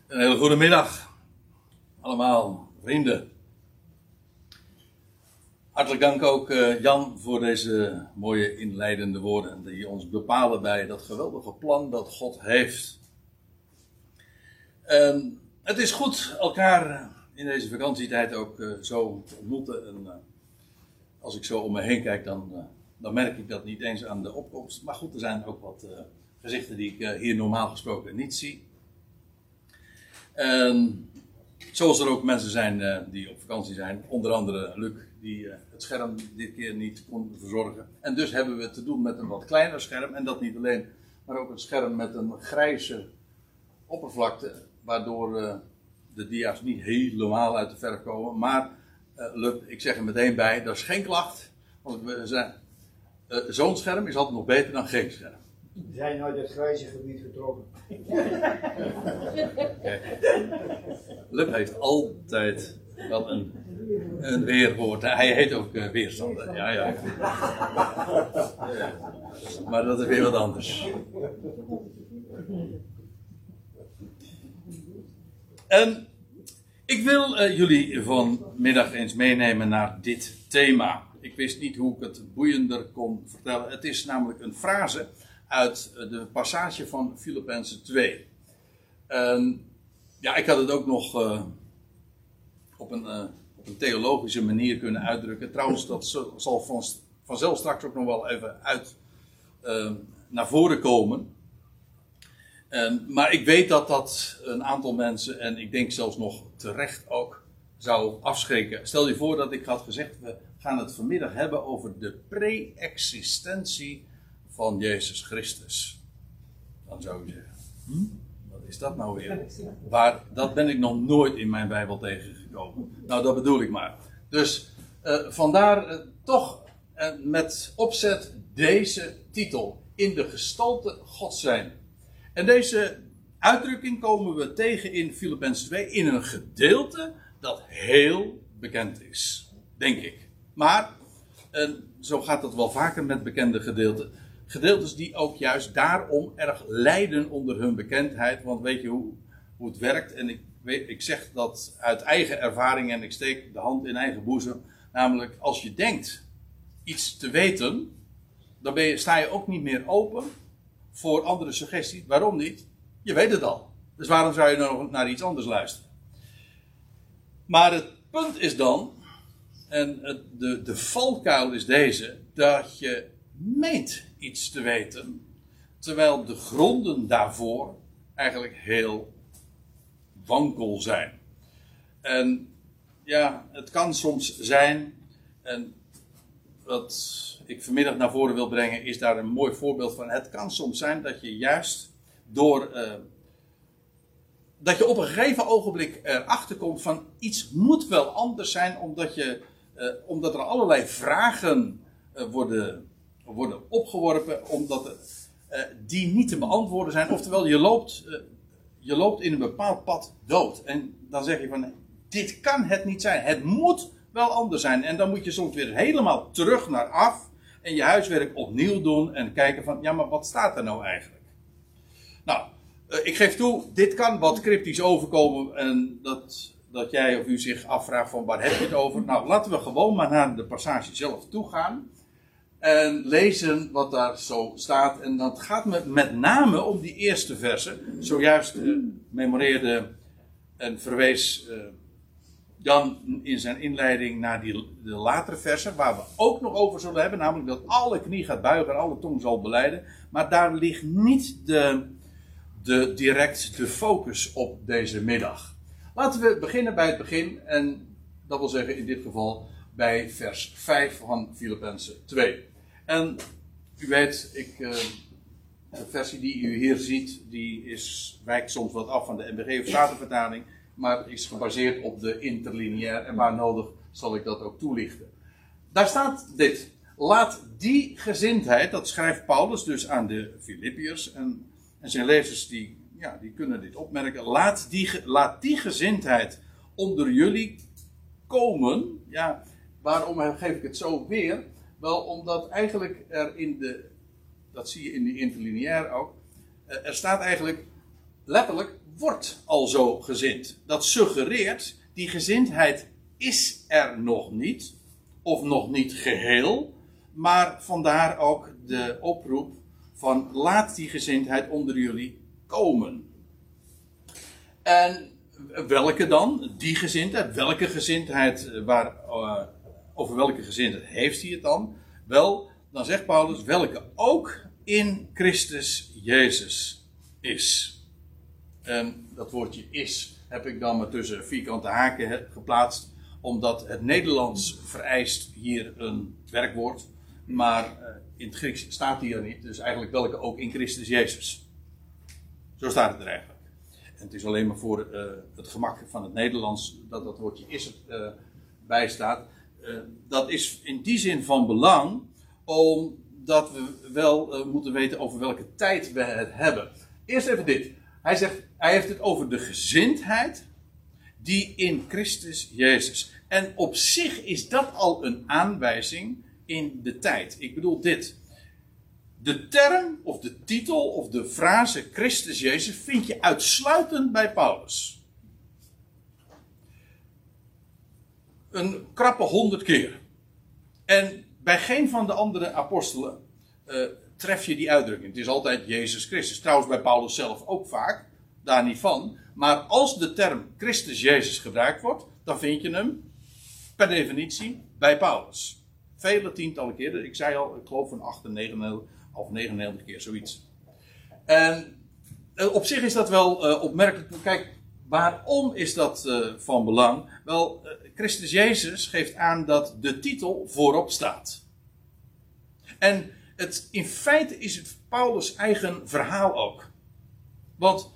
Een hele goede middag, allemaal vrienden. Hartelijk dank ook Jan voor deze mooie inleidende woorden die ons bepalen bij dat geweldige plan dat God heeft. Het is goed elkaar in deze vakantietijd ook zo te ontmoeten. En als ik zo om me heen kijk, dan merk ik dat niet eens aan de opkomst. Maar goed, er zijn ook wat gezichten die ik hier normaal gesproken niet zie. Zoals er ook mensen zijn die op vakantie zijn. Onder andere Luc, die het scherm dit keer niet kon verzorgen. En dus hebben we te doen met een wat kleiner scherm. En dat niet alleen, maar ook een scherm met een grijze oppervlakte. Waardoor de dia's niet helemaal uit de verf komen. Maar Luc, ik zeg er meteen bij, dat is geen klacht. Want zo'n scherm is altijd nog beter dan geen scherm. We zijn uit het grijze gebied getrokken. Luc heeft altijd wel een weerwoord. Hij heet ook weerstander. Ja. Maar dat is weer wat anders. En ik wil jullie vanmiddag eens meenemen naar dit thema. Ik wist niet hoe ik het boeiender kon vertellen. Het is namelijk een frase uit de passage van Filippenzen 2. Ik had het ook nog op een theologische manier kunnen uitdrukken. Trouwens, dat zal vanzelf straks ook nog wel even naar voren komen. Maar ik weet dat een aantal mensen, en ik denk zelfs nog terecht ook, zou afschrikken. Stel je voor dat ik had gezegd, we gaan het vanmiddag hebben over de pre-existentie van Jezus Christus. Dan zou je zeggen, wat is dat nou weer? Dat ben ik nog nooit in mijn Bijbel tegengekomen. Nou, dat bedoel ik maar. Dus vandaar toch met opzet deze titel. In de gestalte Gods zijn. En deze uitdrukking komen we tegen in Filippenzen 2 in een gedeelte dat heel bekend is. Denk ik. Maar zo gaat het wel vaker met bekende gedeelten. Gedeeltes die ook juist daarom erg lijden onder hun bekendheid. Want weet je hoe het werkt? En ik zeg dat uit eigen ervaring en ik steek de hand in eigen boezem. Namelijk, als je denkt iets te weten, dan sta je ook niet meer open voor andere suggesties. Waarom niet? Je weet het al. Dus waarom zou je nog naar iets anders luisteren? Maar het punt is dan, en de valkuil is deze, dat je meent iets te weten, terwijl de gronden daarvoor eigenlijk heel wankel zijn. En ja, het kan soms zijn, en wat ik vanmiddag naar voren wil brengen, is daar een mooi voorbeeld van. Het kan soms zijn dat je juist dat je op een gegeven ogenblik erachter komt van iets moet wel anders zijn, omdat er allerlei vragen worden opgeworpen, omdat die niet te beantwoorden zijn. Oftewel, je loopt in een bepaald pad dood. En dan zeg je van, dit kan het niet zijn. Het moet wel anders zijn. En dan moet je soms weer helemaal terug naar af en je huiswerk opnieuw doen en kijken van, ja, maar wat staat er nou eigenlijk? Nou, ik geef toe, dit kan wat cryptisch overkomen en dat jij of u zich afvraagt van, waar heb je het over? Nou, laten we gewoon maar naar de passage zelf toe gaan en lezen wat daar zo staat. En dat gaat met name om die eerste verse. Zojuist memoreerde en verwees Jan in zijn inleiding naar de latere versen, waar we ook nog over zullen hebben, namelijk dat alle knie gaat buigen en alle tong zal belijden. Maar daar ligt niet direct de focus op deze middag. Laten we beginnen bij het begin, en dat wil zeggen in dit geval bij vers 5 van Filippenzen 2. En u weet, de versie die u hier ziet, wijkt soms wat af van de NBG of Statenvertaling, maar is gebaseerd op de interlineair en waar nodig zal ik dat ook toelichten. Daar staat dit. Laat die gezindheid, dat schrijft Paulus dus aan de Filippiërs en zijn lezers die kunnen dit opmerken. Laat die gezindheid onder jullie komen. Ja, waarom geef ik het zo weer? Wel, omdat eigenlijk dat zie je in die interlineair ook, er staat eigenlijk letterlijk, wordt al zo gezind. Dat suggereert, die gezindheid is er nog niet, of nog niet geheel, maar vandaar ook de oproep van laat die gezindheid onder jullie komen. En welke dan? Die gezindheid. Welke gezindheid, over welke gezindheid heeft hij het dan? Wel, dan zegt Paulus, welke ook in Christus Jezus is. En dat woordje is heb ik dan maar tussen vierkante haken geplaatst, omdat het Nederlands vereist hier een werkwoord, maar in het Grieks staat die er niet, dus eigenlijk welke ook in Christus Jezus. Zo staat het er eigenlijk. En het is alleen maar voor het gemak van het Nederlands dat dat woordje is bij staat. Dat is in die zin van belang, omdat we wel moeten weten over welke tijd we het hebben. Eerst even dit. Hij zegt, hij heeft het over de gezindheid die in Christus Jezus. En op zich is dat al een aanwijzing in de tijd. Ik bedoel dit. De term of de titel of de frase Christus Jezus vind je uitsluitend bij Paulus. Een krappe 100 keer. En bij geen van de andere apostelen tref je die uitdrukking. Het is altijd Jezus Christus. Trouwens bij Paulus zelf ook vaak. Daar niet van. Maar als de term Christus Jezus gebruikt wordt, dan vind je hem per definitie bij Paulus. Vele tientallen keren. Ik zei al, ik geloof van 98 of 99 keer zoiets. En op zich is dat wel opmerkelijk. Kijk, waarom is dat van belang? Wel, Christus Jezus geeft aan dat de titel voorop staat. En in feite is het Paulus' eigen verhaal ook. Want,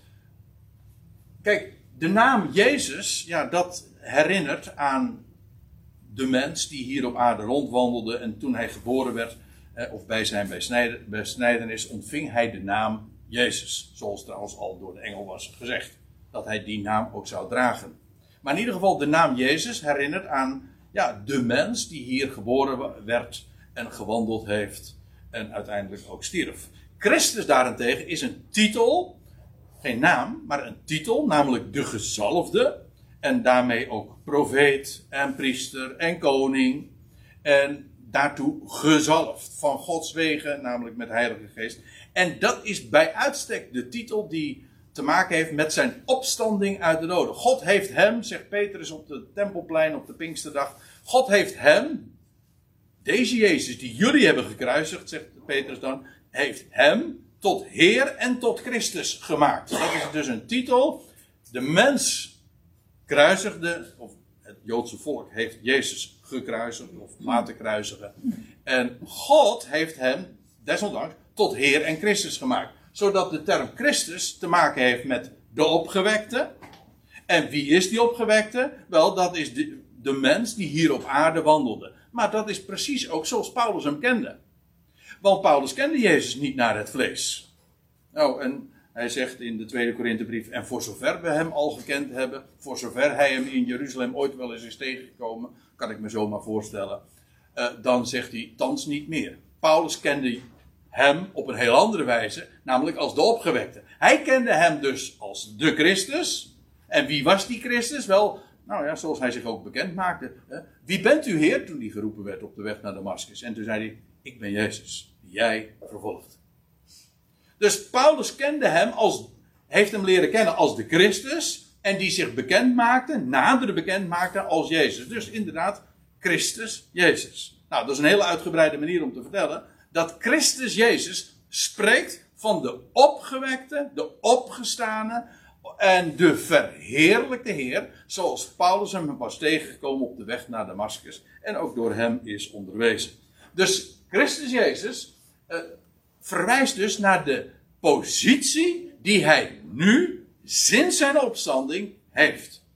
kijk, de naam Jezus, ja, dat herinnert aan de mens die hier op aarde rondwandelde en toen hij geboren werd, of bij zijn besnijdenis, ontving hij de naam Jezus. Zoals trouwens al door de engel was gezegd, dat hij die naam ook zou dragen. Maar in ieder geval, de naam Jezus herinnert aan de mens die hier geboren werd en gewandeld heeft en uiteindelijk ook stierf. Christus daarentegen is een titel, geen naam, maar een titel, namelijk de gezalfde. En daarmee ook profeet en priester en koning. En daartoe gezalfd van Gods wegen, namelijk met Heilige Geest. En dat is bij uitstek de titel die te maken heeft met zijn opstanding uit de doden. God heeft hem, zegt Petrus op de Tempelplein op de Pinksterdag. God heeft hem, deze Jezus die jullie hebben gekruisigd, zegt Petrus dan, heeft hem tot Heer en tot Christus gemaakt. Dat is dus een titel. De mens kruisigde, of het Joodse volk heeft Jezus gekruisigd of laten kruisigen. En God heeft hem, desondanks, tot Heer en Christus gemaakt. Zodat de term Christus te maken heeft met de opgewekte. En wie is die opgewekte? Wel, dat is de mens die hier op aarde wandelde. Maar dat is precies ook zoals Paulus hem kende. Want Paulus kende Jezus niet naar het vlees. Nou, en hij zegt in de tweede Korinthebrief, en voor zover we hem al gekend hebben, voor zover hij hem in Jeruzalem ooit wel eens is tegengekomen, kan ik me zomaar voorstellen, dan zegt hij, thans niet meer. Paulus kende hem op een heel andere wijze, namelijk als de opgewekte. Hij kende hem dus als de Christus. En wie was die Christus? Wel, nou ja, zoals hij zich ook bekend maakte. Wie bent u, Heer? Toen hij geroepen werd op de weg naar Damascus. En toen zei hij, ik ben Jezus, die jij vervolgt. Dus Paulus kende hem heeft hem leren kennen als de Christus. En die zich nader bekend maakte als Jezus. Dus inderdaad, Christus Jezus. Nou, dat is een hele uitgebreide manier om te vertellen. Dat Christus Jezus spreekt van de opgewekte, de opgestane en de verheerlijkte Heer. Zoals Paulus hem was tegengekomen op de weg naar Damascus. En ook door hem is onderwezen. Dus Christus Jezus verwijst dus naar de positie die hij nu, sinds zijn opstanding, heeft.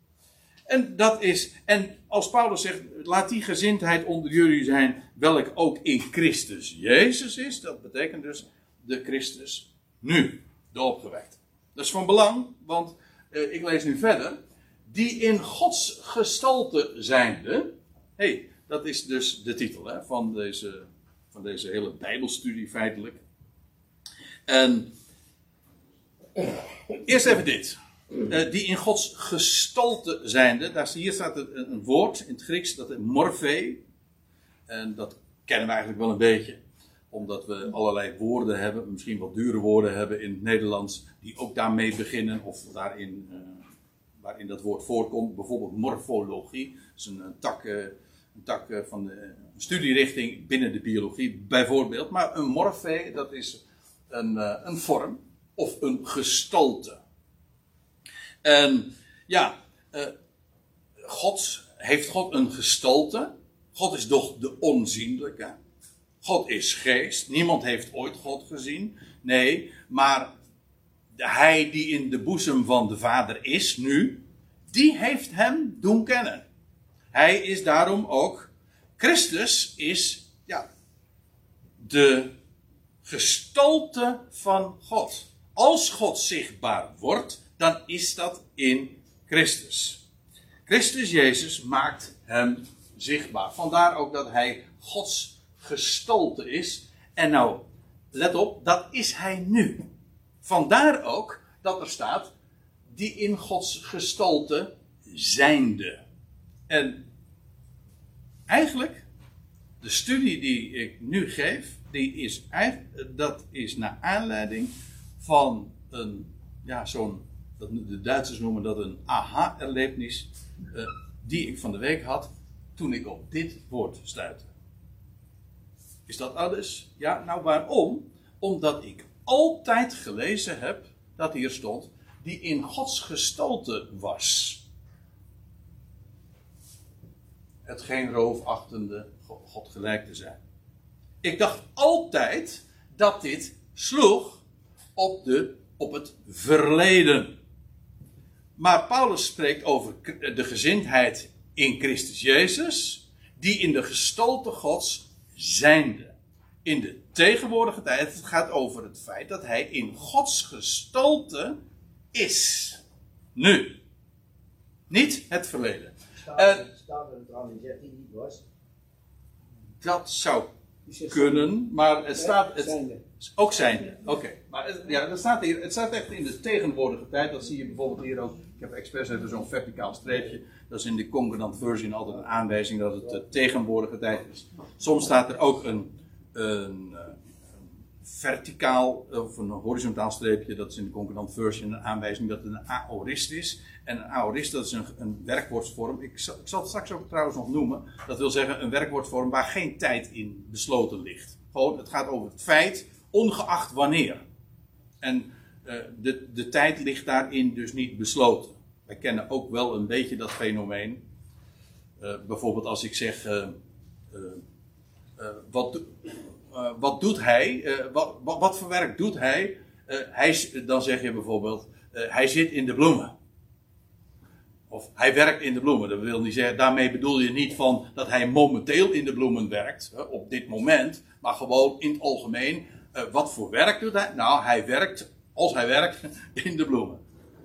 En als Paulus zegt, laat die gezindheid onder jullie zijn, welk ook in Christus Jezus is, dat betekent dus de Christus nu, de opgewekte. Dat is van belang, want ik lees nu verder, die in Gods gestalte zijnde, dat is dus de titel van deze hele Bijbelstudie feitelijk. En eerst even dit. die in Gods gestalte zijnde. Hier staat een woord in het Grieks, dat is morphe. En dat kennen we eigenlijk wel een beetje. Omdat we allerlei woorden hebben, misschien wat dure woorden hebben in het Nederlands, die ook daarmee beginnen, of waarin dat woord voorkomt. Bijvoorbeeld morfologie, dat is een tak van de studierichting binnen de biologie, bijvoorbeeld. Maar een morfe, dat is een vorm of een gestalte. En ja, heeft God een gestalte? God is toch de onzienlijke? God is geest. Niemand heeft ooit God gezien. Nee, maar hij die in de boezem van de Vader is nu, die heeft hem doen kennen. Hij is daarom ook, Christus is, ja, de gestalte van God. Als God zichtbaar wordt, dan is dat in Christus. Christus Jezus maakt hem zichtbaar. Vandaar ook dat hij Gods gestalte is. En nou, let op, dat is hij nu. Vandaar ook dat er staat, die in Gods gestalte zijnde. En eigenlijk, de studie die ik nu geef, dat is naar aanleiding van de Duitsers noemen dat een aha-erlevenis, die ik van de week had toen ik op dit woord stuitte. Is dat alles? Ja, nou waarom? Omdat ik altijd gelezen heb dat hier stond, die in Gods gestalte was. Het geen roofachtende God gelijk te zijn. Ik dacht altijd dat dit sloeg op het verleden. Maar Paulus spreekt over de gezindheid in Christus Jezus, die in de gestalte Gods zijnde. In de tegenwoordige tijd, het gaat over het feit dat hij in Gods gestalte is. Nu. Niet het verleden. Staat er trouwens zegt hij niet was? Dat zou kunnen, maar het staat... Zijnde. Ook zijnde, oké. Maar dat staat hier, het staat echt in de tegenwoordige tijd. Dat zie je bijvoorbeeld hier ook. Ik heb expres even zo'n verticaal streepje. Dat is in de concordant version altijd een aanwijzing dat het de tegenwoordige tijd is. Soms staat er ook een verticaal of een horizontaal streepje. Dat is in de concordant version een aanwijzing dat het een aorist is. En een aorist, dat is een werkwoordsvorm. Ik zal het straks ook trouwens nog noemen. Dat wil zeggen een werkwoordsvorm waar geen tijd in besloten ligt. Gewoon, het gaat over het feit, ongeacht wanneer. En de tijd ligt daarin dus niet besloten. Wij kennen ook wel een beetje dat fenomeen. Bijvoorbeeld als ik zeg, wat doet hij? Wat voor werk doet hij? Dan zeg je bijvoorbeeld, hij zit in de bloemen. Of hij werkt in de bloemen. Dat wil niet zeggen, daarmee bedoel je niet van dat hij momenteel in de bloemen werkt, op dit moment, maar gewoon in het algemeen. Wat voor werk doet hij? Nou, als hij werkt, in de bloemen.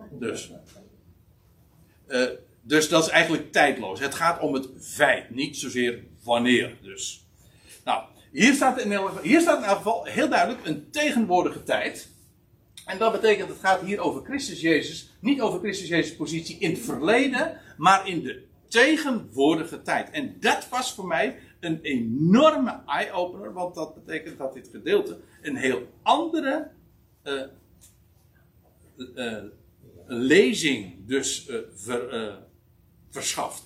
Dus dat is eigenlijk tijdloos. Het gaat om het feit, niet zozeer wanneer. Dus. Nou, hier staat in elk geval heel duidelijk een tegenwoordige tijd. En dat betekent, het gaat hier over Christus Jezus, niet over Christus Jezus' positie in het verleden, maar in de tegenwoordige tijd. En dat was voor mij een enorme eye-opener, want dat betekent dat dit gedeelte een heel andere lezing dus verschaft.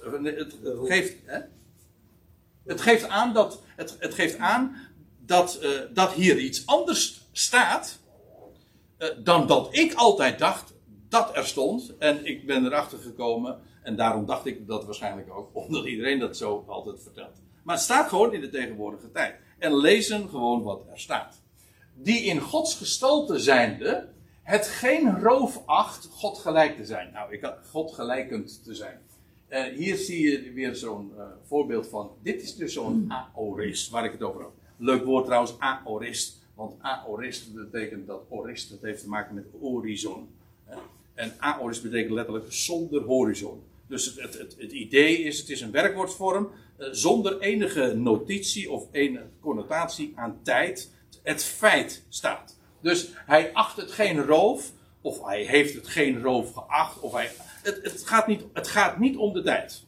Het geeft aan dat hier iets anders staat dan dat ik altijd dacht dat er stond. En ik ben erachter gekomen, en daarom dacht ik dat waarschijnlijk ook, omdat iedereen dat zo altijd vertelt. Maar het staat gewoon in de tegenwoordige tijd. En lezen gewoon wat er staat. Die in Gods gestalte zijnde, het geen roof acht God gelijk te zijn. Nou, God gelijkend te zijn. Hier zie je weer zo'n voorbeeld van, dit is dus zo'n aorist, waar ik het over had. Leuk woord trouwens, aorist. Want aorist betekent dat orist, dat heeft te maken met horizon. En aorist betekent letterlijk zonder horizon. Dus het idee is, het is een werkwoordsvorm zonder enige notitie of enige connotatie aan tijd. Het feit staat. Dus hij acht het geen roof of hij heeft het geen roof geacht, of het gaat niet om de tijd.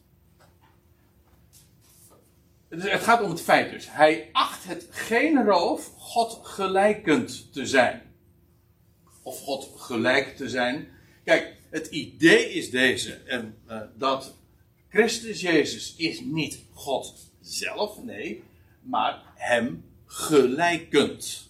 Het gaat om het feit dus. Hij acht het geen roof God gelijkend te zijn. Of God gelijk te zijn. Kijk, het idee is deze. Dat Christus Jezus is niet God zelf, nee, maar hem gelijkend.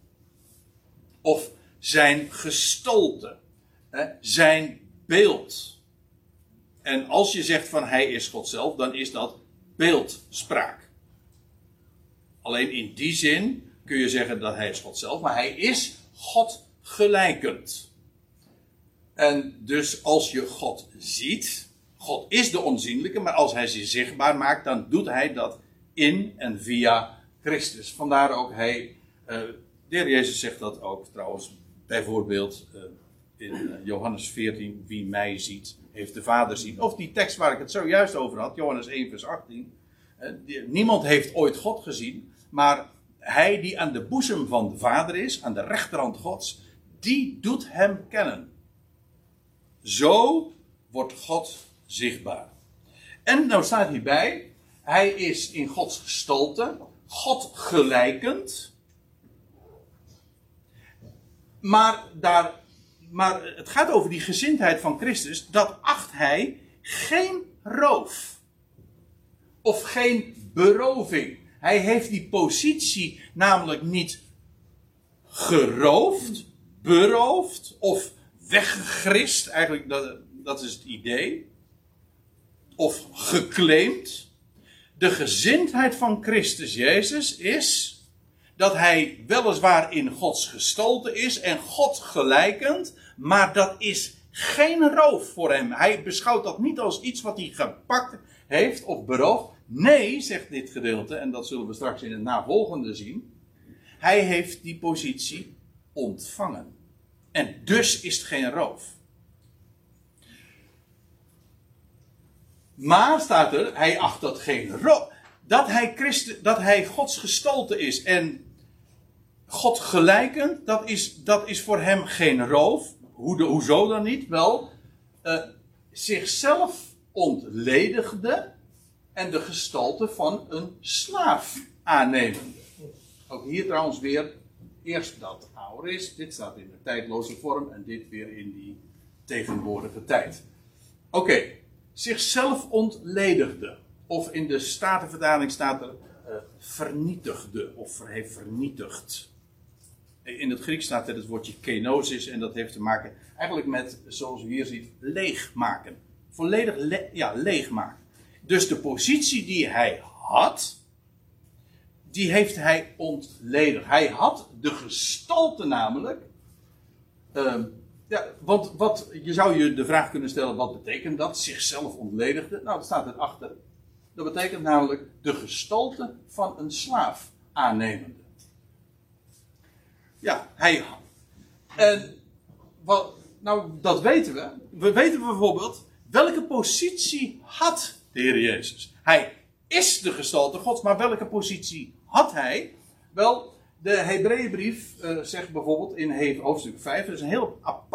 Of zijn gestalte. Zijn beeld. En als je zegt van hij is God zelf, dan is dat beeldspraak. Alleen in die zin kun je zeggen dat hij is God zelf, maar hij is God gelijkend. En dus als je God ziet, God is de onzienlijke, maar als hij zich zichtbaar maakt, dan doet hij dat in en via Christus. Vandaar ook de Heer Jezus zegt dat ook trouwens, bijvoorbeeld in Johannes 14, wie mij ziet, heeft de Vader zien. Of die tekst waar ik het zojuist over had, Johannes 1 vers 18. Niemand heeft ooit God gezien, maar hij die aan de boezem van de Vader is, aan de rechterhand Gods, die doet hem kennen. Zo wordt God zichtbaar. En nou staat hierbij, hij is in Gods gestalte, God gelijkend. Maar het gaat over die gezindheid van Christus, dat acht hij geen roof. Of geen beroving. Hij heeft die positie namelijk niet geroofd, beroofd of weggegrist. Eigenlijk, dat is het idee. Of geclaimd. De gezindheid van Christus Jezus is dat hij weliswaar in Gods gestalte is en God gelijkend, maar dat is geen roof voor hem. Hij beschouwt dat niet als iets wat hij gepakt heeft of beroofd. Nee, zegt dit gedeelte, en dat zullen we straks in het navolgende zien. Hij heeft die positie ontvangen. En dus is het geen roof. Maar staat er, hij acht dat geen roof. Dat hij Gods gestalte is en God gelijkend, dat is voor hem geen roof. Hoezo dan niet? Wel, zichzelf ontledigde en de gestalte van een slaaf aannemende. Ook hier trouwens weer, eerst dat aorist, dit staat in de tijdloze vorm en dit weer in die tegenwoordige tijd. Oké, zichzelf ontledigde. Of in de Statenvertaling staat er vernietigde of heeft vernietigd. In het Grieks staat er het woordje kenosis en dat heeft te maken eigenlijk met, zoals u hier ziet, leegmaken. Volledig leegmaken. Dus de positie die hij had, die heeft hij ontledigd. Hij had de gestalte namelijk. Want je zou je de vraag kunnen stellen, wat betekent dat? Zichzelf ontledigde. Nou, dat staat erachter. Dat betekent namelijk de gestalte van een slaaf aannemende. Ja, hij. En dat weten we. We weten bijvoorbeeld welke positie had de Heer Jezus. Hij is de gestalte Gods, maar welke positie had hij? Wel, de Hebreeënbrief zegt bijvoorbeeld in hoofdstuk 5, dat is een heel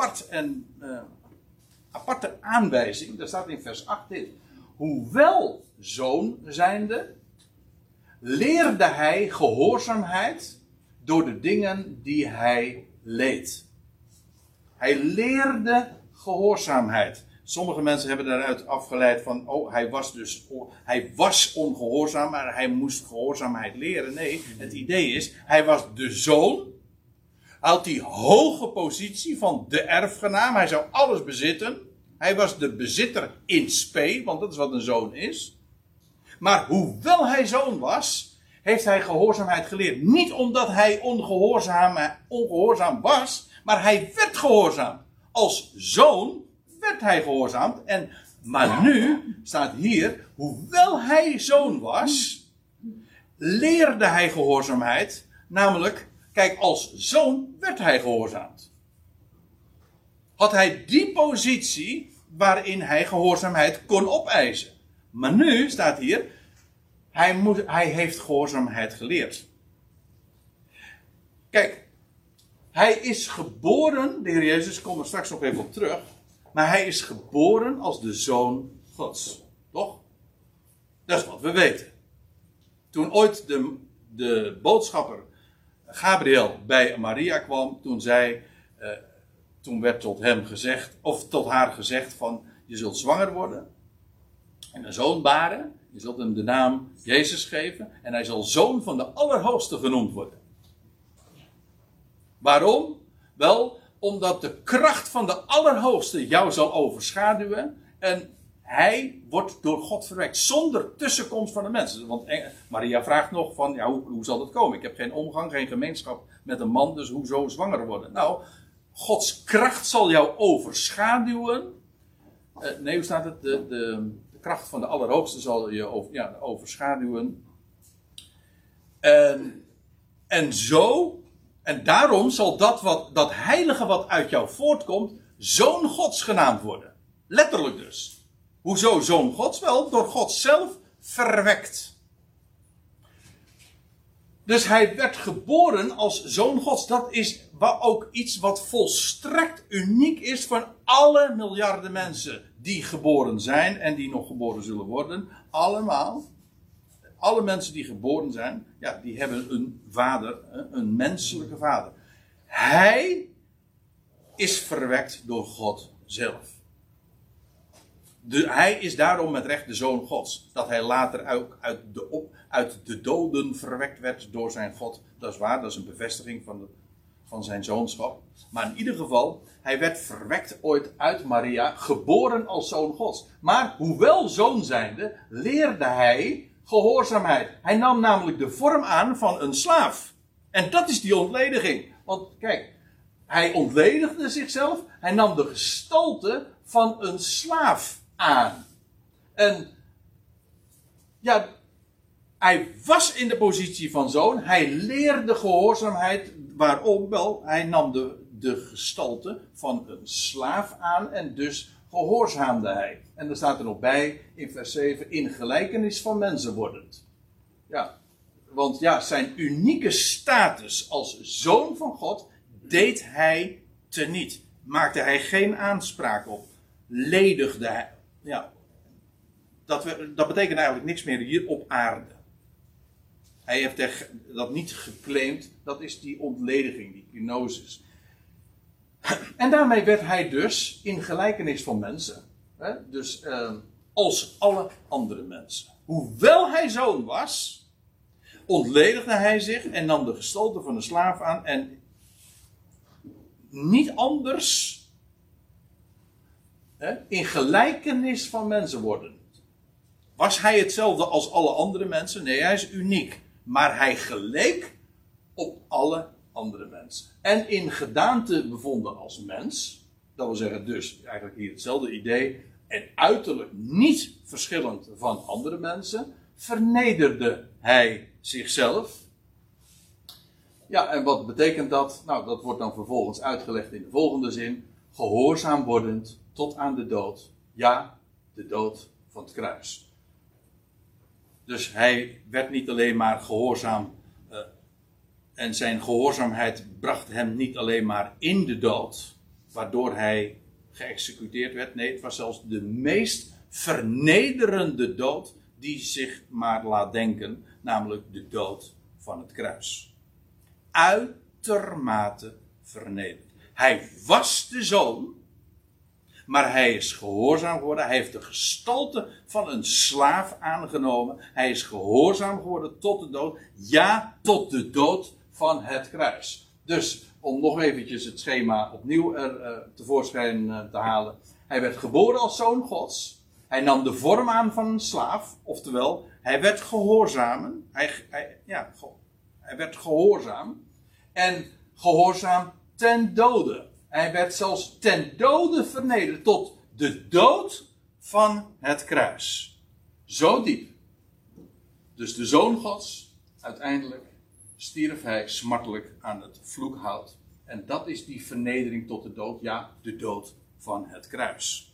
aparte aanwijzing. Daar staat in vers 8 in. Hoewel zoon zijnde, leerde hij gehoorzaamheid door de dingen die hij leed. Hij leerde gehoorzaamheid. Sommige mensen hebben daaruit afgeleid van, hij was ongehoorzaam, maar hij moest gehoorzaamheid leren. Nee, het idee is, hij was de zoon. Hij had die hoge positie van de erfgenaam. Hij zou alles bezitten. Hij was de bezitter in spe, want dat is wat een zoon is. Maar hoewel hij zoon was, heeft hij gehoorzaamheid geleerd. Niet omdat hij ongehoorzaam was, maar hij werd gehoorzaam. Als zoon werd hij gehoorzaamd. Maar nu staat hier, hoewel hij zoon was, leerde hij gehoorzaamheid. Namelijk, kijk, als zoon werd hij gehoorzaamd. Had hij die positie waarin hij gehoorzaamheid kon opeisen. Maar nu staat hier, hij heeft gehoorzaamheid geleerd. Kijk, Hij is geboren, de Heer Jezus, komt er straks nog even op terug. Maar hij is geboren als de Zoon Gods. Toch? Dat is wat we weten. Toen ooit de boodschapper Gabriel bij Maria kwam, toen werd tot hem gezegd, of tot haar gezegd van, je zult zwanger worden en een zoon baren. Je zult hem de naam Jezus geven en hij zal zoon van de Allerhoogste genoemd worden. Waarom? Wel, omdat de kracht van de Allerhoogste jou zal overschaduwen en hij wordt door God verwekt, zonder tussenkomst van de mensen. Want Maria vraagt nog van, ja, hoe zal dat komen? Ik heb geen omgang, geen gemeenschap met een man, dus hoezo zwanger worden? Nou, Gods kracht zal jou overschaduwen. Nee, hoe staat het? De kracht van de Allerhoogste zal je overschaduwen. En daarom zal dat heilige wat uit jou voortkomt, zoon Gods genaamd worden. Letterlijk dus. Hoezo zoon Gods? Wel, door God zelf verwekt. Dus hij werd geboren als zoon Gods. Dat is ook iets wat volstrekt uniek is van alle miljarden mensen die geboren zijn en die nog geboren zullen worden. Allemaal. Alle mensen die geboren zijn, ja, die hebben een vader, een menselijke vader. Hij is verwekt door God zelf. Hij is daarom met recht de Zoon Gods. Dat hij later ook uit de doden verwekt werd door zijn God. Dat is waar, dat is een bevestiging van zijn zoonschap. Maar in ieder geval, hij werd verwekt ooit uit Maria, geboren als Zoon Gods. Maar hoewel zoon zijnde, leerde hij gehoorzaamheid. Hij nam namelijk de vorm aan van een slaaf. En dat is die ontlediging. Want kijk, hij ontledigde zichzelf. Hij nam de gestalte van een slaaf aan. En ja, hij was in de positie van zoon. Hij leerde gehoorzaamheid. Waarom? Wel, hij nam de gestalte van een slaaf aan en dus gehoorzaamde hij. En er staat er nog bij in vers 7, in gelijkenis van mensen wordend. Ja, want ja, zijn unieke status als zoon van God deed hij teniet. Maakte hij geen aanspraak op. Ledigde hij. Ja, dat betekent eigenlijk niks meer hier op aarde. Hij heeft dat niet geclaimd. Dat is die ontlediging, die kenosis. En daarmee werd hij dus in gelijkenis van mensen. Dus als alle andere mensen. Hoewel hij zoon was, ontledigde hij zich en nam de gestalte van een slaaf aan. En niet anders in gelijkenis van mensen worden. Was hij hetzelfde als alle andere mensen? Nee, hij is uniek. Maar hij geleek op alle andere mensen. En in gedaante bevonden als mens. Dat wil zeggen dus eigenlijk hier hetzelfde idee. En uiterlijk niet verschillend van andere mensen. Vernederde hij zichzelf. Ja, en wat betekent dat? Nou, dat wordt dan vervolgens uitgelegd in de volgende zin. Gehoorzaam wordend tot aan de dood. Ja, de dood van het kruis. Dus hij werd niet alleen maar gehoorzaam. En zijn gehoorzaamheid bracht hem niet alleen maar in de dood. Waardoor hij geëxecuteerd werd. Nee, het was zelfs de meest vernederende dood die zich maar laat denken. Namelijk de dood van het kruis. Uitermate vernederend. Hij was de zoon. Maar hij is gehoorzaam geworden. Hij heeft de gestalte van een slaaf aangenomen. Hij is gehoorzaam geworden tot de dood. Ja, tot de dood van het kruis. Dus, om nog eventjes het schema opnieuw tevoorschijn te halen. Hij werd geboren als zoon Gods. Hij nam de vorm aan van een slaaf. Oftewel, hij werd gehoorzaam. Hij werd gehoorzaam. En gehoorzaam ten dode. Hij werd zelfs ten dode vernederd tot de dood van het kruis. Zo diep. Dus de Zoon Gods, uiteindelijk stierf hij smartelijk aan het vloekhout. En dat is die vernedering tot de dood. Ja, de dood van het kruis.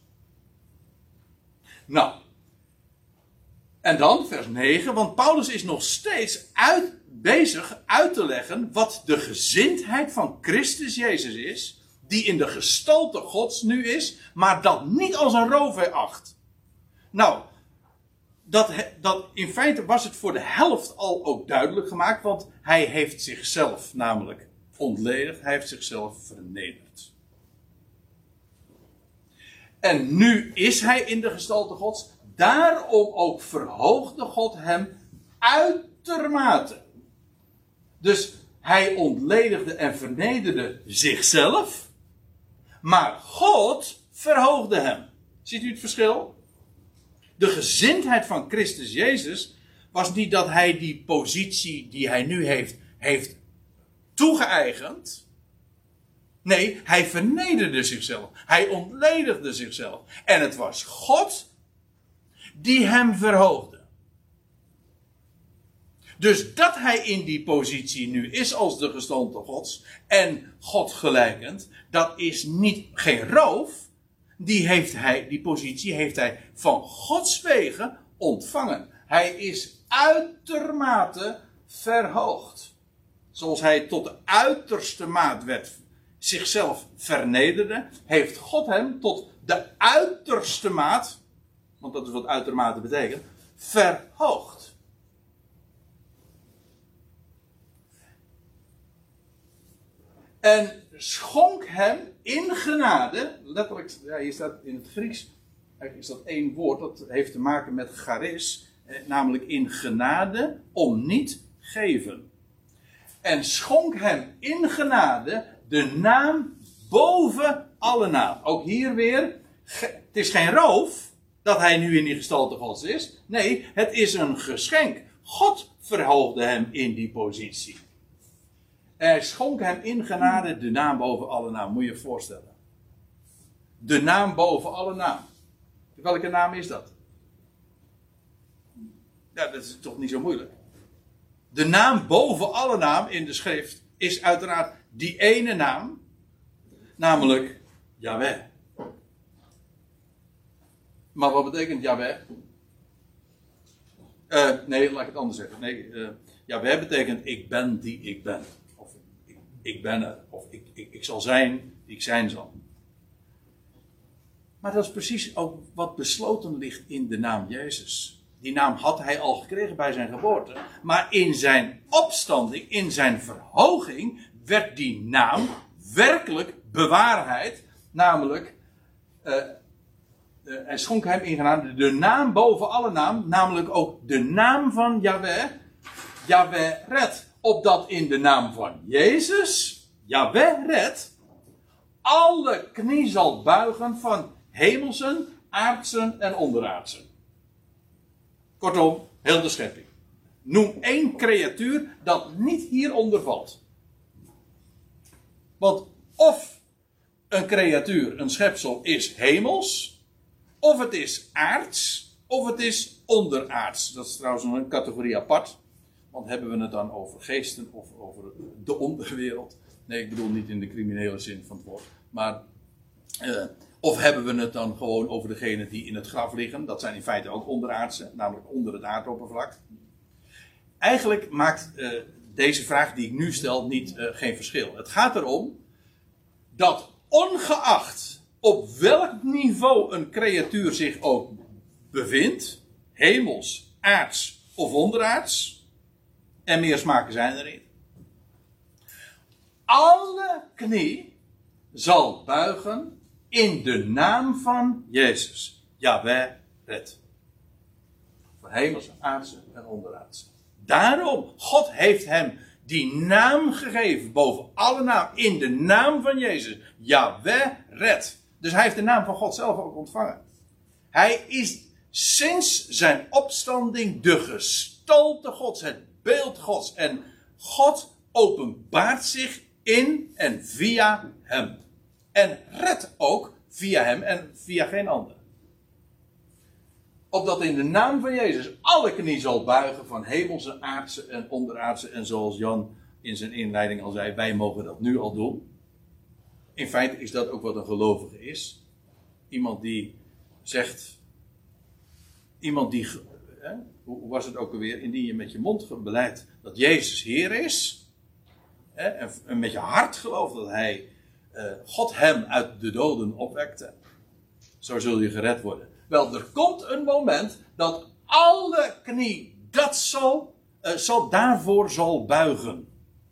Nou. En dan vers 9. Want Paulus is nog steeds bezig uit te leggen wat de gezindheid van Christus Jezus is, die in de gestalte Gods nu is, maar dat niet als een roof acht. Nou, dat in feite was het voor de helft al ook duidelijk gemaakt, want hij heeft zichzelf namelijk ontledigd, hij heeft zichzelf vernederd. En nu is hij in de gestalte Gods, daarom ook verhoogde God hem uitermate. Dus hij ontledigde en vernederde zichzelf, maar God verhoogde hem. Ziet u het verschil? De gezindheid van Christus Jezus was niet dat hij die positie die hij nu heeft toegeëigend. Nee, hij vernederde zichzelf. Hij ontledigde zichzelf. En het was God die hem verhoogde. Dus dat hij in die positie nu is als de gestalte Gods en God gelijkend, dat is geen roof. Die positie heeft hij van Gods wegen ontvangen. Hij is uitermate verhoogd. Zoals hij tot de uiterste maat zichzelf vernederde, heeft God hem tot de uiterste maat, want dat is wat uitermate betekent, verhoogd. En schonk hem in genade, letterlijk, ja, hier staat in het Grieks, is dat één woord, dat heeft te maken met charis, namelijk in genade om niet geven. En schonk hem in genade de naam boven alle naam. Ook hier weer, het is geen roof dat hij nu in die gestalte Gods is. Nee, het is een geschenk. God verhoogde hem in die positie. Hij schonk hem in genade de naam boven alle naam. Moet je je voorstellen. De naam boven alle naam. Welke naam is dat? Ja, dat is toch niet zo moeilijk. De naam boven alle naam in de schrift is uiteraard die ene naam. Namelijk Yahweh. Maar wat betekent Yahweh? Nee, laat ik het anders zeggen. Nee, Yahweh betekent ik ben die ik ben. Of ik ben er. Of ik zal zijn die ik zijn zal. Maar dat is precies ook wat besloten ligt in de naam Jezus. Die naam had hij al gekregen bij zijn geboorte. Maar in zijn opstanding, in zijn verhoging, werd die naam werkelijk bewaarheid. Namelijk, hij schonk hem in genade de naam boven alle naam. Namelijk ook de naam van Yahweh. Yahweh red. Opdat in de naam van Jezus, Yahweh red, alle knie zal buigen van hemelsen, aardsen en onderaardsen. Kortom, heel de schepping. Noem één creatuur dat niet hieronder valt. Want of een creatuur, een schepsel, is hemels, of het is aards, of het is onderaards. Dat is trouwens nog een categorie apart. Want hebben we het dan over geesten of over de onderwereld? Nee, ik bedoel niet in de criminele zin van het woord. Maar, of hebben we het dan gewoon over degenen die in het graf liggen? Dat zijn in feite ook onderaardse, namelijk onder het aardoppervlak. Eigenlijk maakt deze vraag die ik nu stel geen verschil. Het gaat erom dat ongeacht op welk niveau een creatuur zich ook bevindt, hemels, aards of onderaards, en meer smaken zijn er niet, alle knie zal buigen in de naam van Jezus. Yahweh red. Van hemels, aardse en onderaardse. Daarom, God heeft hem die naam gegeven boven alle naam. In de naam van Jezus. Yahweh red. Dus hij heeft de naam van God zelf ook ontvangen. Hij is sinds zijn opstanding de gestalte Gods. Het beeld Gods. En God openbaart zich in en via hem. En redt ook via hem en via geen ander. Opdat in de naam van Jezus alle knie zal buigen van hemelse, aardse en onderaardse. En zoals Jan in zijn inleiding al zei, wij mogen dat nu al doen. In feite is dat ook wat een gelovige is. Iemand die zegt, hoe was het ook alweer? Indien je met je mond beleidt dat Jezus Heer is. En met je hart gelooft dat God hem uit de doden opwekte. Zo zul je gered worden. Wel, er komt een moment dat alle knie daarvoor zal buigen.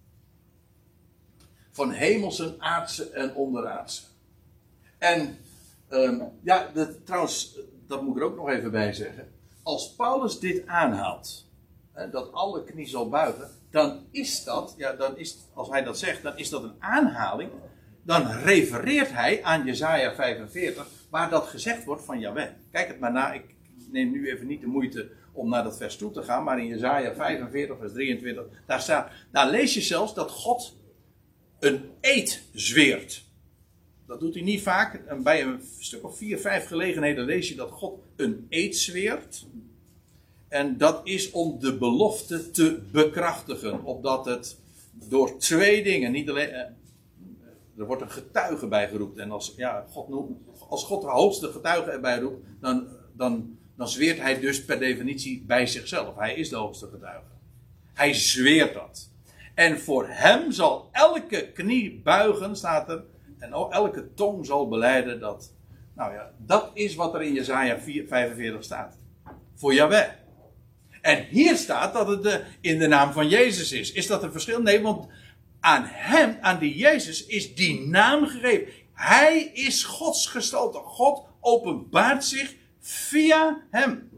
Van hemelse, aardse en onderaardse. En trouwens, dat moet ik er ook nog even bij zeggen. Als Paulus dit aanhaalt, dat alle knie zal buigen, dan is dat, als hij dat zegt, dan is dat een aanhaling. Dan refereert hij aan Jesaja 45, waar dat gezegd wordt van Jahweh. Kijk het maar na, ik neem nu even niet de moeite om naar dat vers toe te gaan, maar in Jesaja 45, vers 23, daar lees je zelfs dat God een eed zweert. Dat doet hij niet vaak. Bij een stuk of 4, 5 gelegenheden lees je dat God een eed zweert. En dat is om de belofte te bekrachtigen. Opdat het door 2 dingen, niet alleen... er wordt een getuige bij geroepen. En als God de hoogste getuige erbij roept, dan zweert hij dus per definitie bij zichzelf. Hij is de hoogste getuige. Hij zweert dat. En voor hem zal elke knie buigen, staat er. En elke tong zal belijden dat. Dat is wat er in Jesaja 45 staat. Voor Jahweh. En hier staat dat het in de naam van Jezus is. Is dat een verschil? Nee, want aan die Jezus is die naam gegeven. Hij is Gods gestalte. God openbaart zich via hem.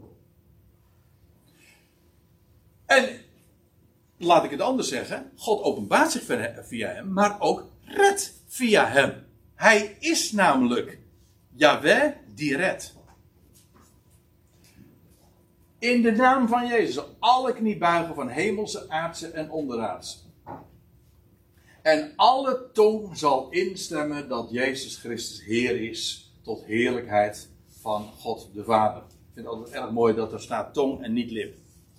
En laat ik het anders zeggen. God openbaart zich via hem, maar ook redt via hem. Hij is namelijk Jahweh die redt. In de naam van Jezus zal alle knie buigen van hemelse, aardse en onderaardse. En alle tong zal instemmen dat Jezus Christus Heer is tot heerlijkheid van God de Vader. Ik vind het altijd erg mooi dat er staat tong en niet lip.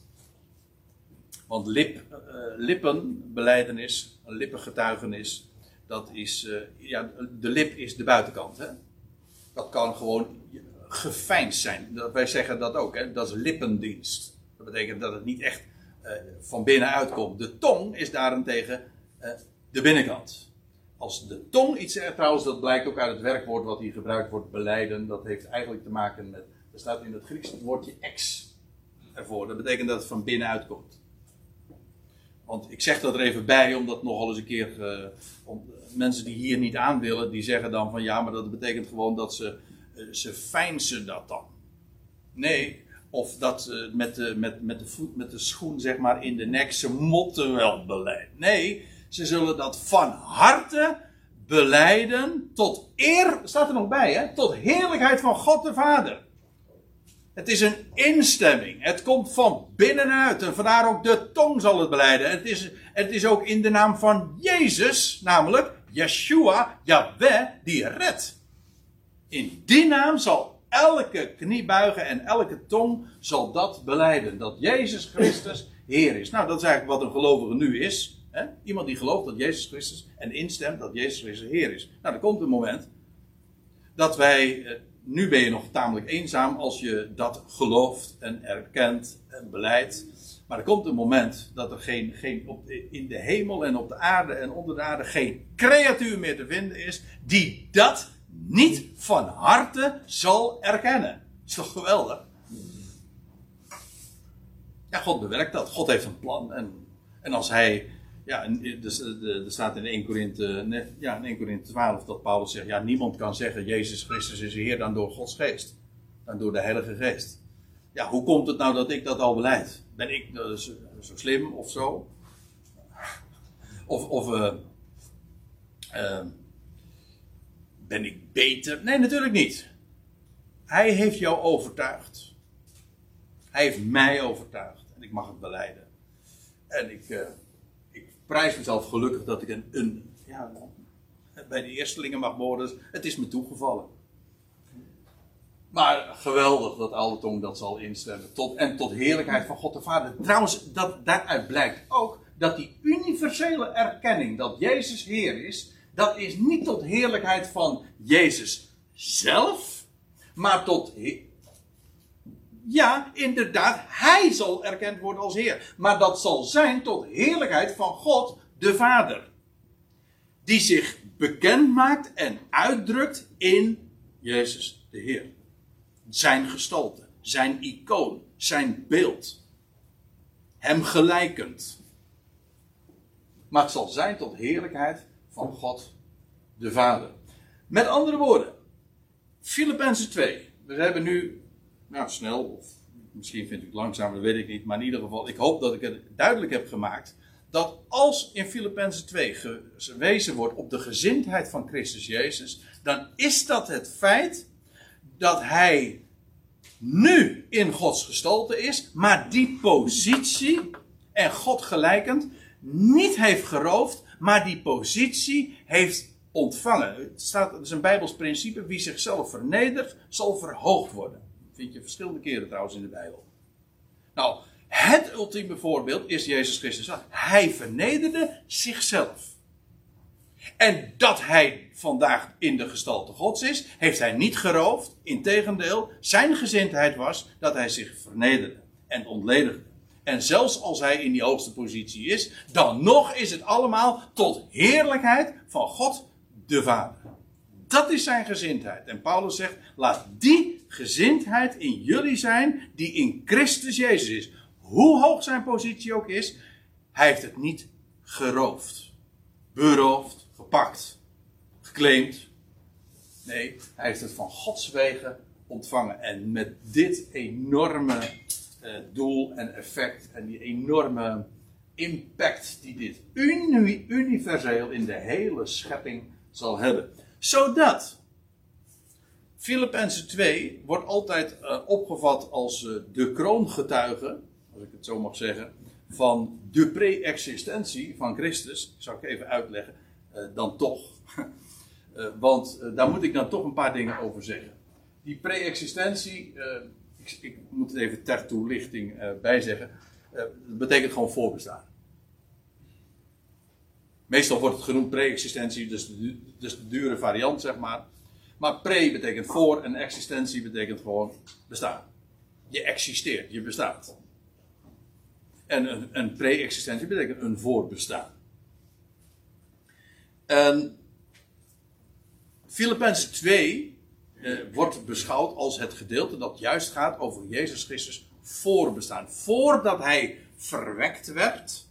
Want lippenbelijdenis, een lippengetuigenis, dat is, de lip is de buitenkant. Hè? Dat kan gewoon geveinsd zijn. Wij zeggen dat ook, hè? Dat is lippendienst. Dat betekent dat het niet echt van binnenuit komt. De tong is daarentegen de binnenkant. Als de tong iets zegt, trouwens, dat blijkt ook uit het werkwoord wat hier gebruikt wordt, belijden. Dat heeft eigenlijk te maken met, er staat in het Grieks het woordje ex ervoor. Dat betekent dat het van binnenuit komt. Want ik zeg dat er even bij, omdat nogal eens een keer mensen die hier niet aan willen, die zeggen dan van ja, maar dat betekent gewoon dat ze feinsen dat dan. Nee, of dat ze met de schoen zeg maar in de nek, ze motten wel belijden. Nee, ze zullen dat van harte belijden tot eer, staat er nog bij hè, tot heerlijkheid van God de Vader. Het is een instemming. Het komt van binnenuit. En vandaar ook de tong zal het belijden. Het is ook in de naam van Jezus, namelijk Yeshua, Jahweh, die redt. In die naam zal elke knie buigen en elke tong zal dat belijden. Dat Jezus Christus Heer is. Nou, dat is eigenlijk wat een gelovige nu is. Hè? Iemand die gelooft dat Jezus Christus en instemt dat Jezus Christus Heer is. Nou, er komt een moment dat wij... Nu ben je nog tamelijk eenzaam als je dat gelooft en erkent en belijdt. Maar er komt een moment dat er in de hemel en op de aarde en onder de aarde geen creatuur meer te vinden is die dat niet van harte zal erkennen. Is toch geweldig? Ja, God bewerkt dat. God heeft een plan. En als hij... Ja, er staat in 1 Korinthe 12 dat Paulus zegt... Ja, niemand kan zeggen Jezus Christus is Heer dan door Gods geest. Dan door de Heilige Geest. Ja, hoe komt het nou dat ik dat al belijd? Ben ik zo slim of zo? Ben ik beter? Nee, natuurlijk niet. Hij heeft jou overtuigd. Hij heeft mij overtuigd. En ik mag het belijden. En ik prijs mezelf gelukkig dat ik bij de eerstelingen mag worden. Het is me toegevallen. Maar geweldig dat alle tong dat zal instemmen. Tot heerlijkheid van God de Vader. Trouwens, daaruit blijkt ook dat die universele erkenning dat Jezus Heer is, dat is niet tot heerlijkheid van Jezus zelf, maar tot Ja, inderdaad, hij zal erkend worden als Heer. Maar dat zal zijn tot heerlijkheid van God de Vader. Die zich bekend maakt en uitdrukt in Jezus de Heer. Zijn gestalte, zijn icoon, zijn beeld. Hem gelijkend. Maar het zal zijn tot heerlijkheid van God de Vader. Met andere woorden, Filippenzen 2. We hebben nu, snel, of misschien vindt u het langzaam, dat weet ik niet. Maar in ieder geval, ik hoop dat ik het duidelijk heb gemaakt. Dat als in Filippenzen 2 gewezen wordt op de gezindheid van Christus Jezus. Dan is dat het feit dat hij nu in Gods gestalte is. Maar die positie en God gelijkend niet heeft geroofd. Maar die positie heeft ontvangen. Het is een Bijbels principe. Wie zichzelf vernedert, zal verhoogd worden. Dat vind je verschillende keren trouwens in de Bijbel. Nou, het ultieme voorbeeld is Jezus Christus. Hij vernederde zichzelf. En dat hij vandaag in de gestalte Gods is, heeft hij niet geroofd. Integendeel, zijn gezindheid was dat hij zich vernederde en ontledigde. En zelfs als hij in die hoogste positie is, dan nog is het allemaal tot heerlijkheid van God de Vader. Dat is zijn gezindheid. En Paulus zegt, laat die gezindheid in jullie zijn die in Christus Jezus is. Hoe hoog zijn positie ook is, hij heeft het niet geroofd, beroofd, gepakt, geclaimd. Nee, hij heeft het van Gods wegen ontvangen. En met dit enorme doel en effect en die enorme impact die dit universeel in de hele schepping zal hebben. Zodat Filippenzen 2 wordt altijd opgevat als de kroongetuige, als ik het zo mag zeggen, van de pre-existentie van Christus. Dat zal ik even uitleggen, dan toch. Want daar moet ik dan toch een paar dingen over zeggen. Die pre-existentie, ik moet het even ter toelichting bij zeggen, dat betekent gewoon voorbestaan. Meestal wordt het genoemd pre-existentie, dus de dure variant, zeg maar. Maar pre betekent voor en existentie betekent gewoon bestaan. Je existeert, je bestaat. En een pre-existentie betekent een voorbestaan. En Filippenzen 2 wordt beschouwd als het gedeelte dat juist gaat over Jezus Christus voorbestaan. Voordat hij verwekt werd.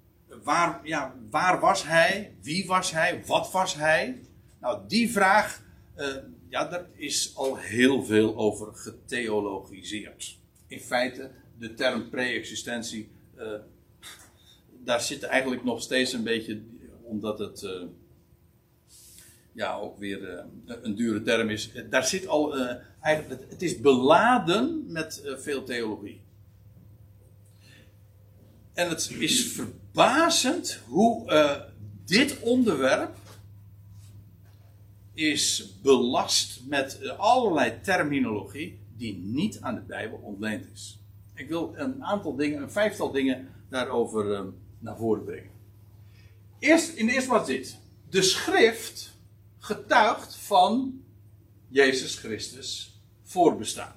Waar was hij? Wie was hij? Wat was hij? Nou, die vraag, daar is al heel veel over getheologiseerd. In feite, de term pre-existentie, daar zit eigenlijk nog steeds een beetje, omdat het ook weer een dure term is. Daar zit al, het is beladen met veel theologie. En het is verbazend hoe dit onderwerp is belast met allerlei terminologie die niet aan de Bijbel ontleend is. Ik wil een vijftal dingen daarover naar voren brengen. In de eerste plaats dit. De schrift getuigt van Jezus Christus voorbestaan.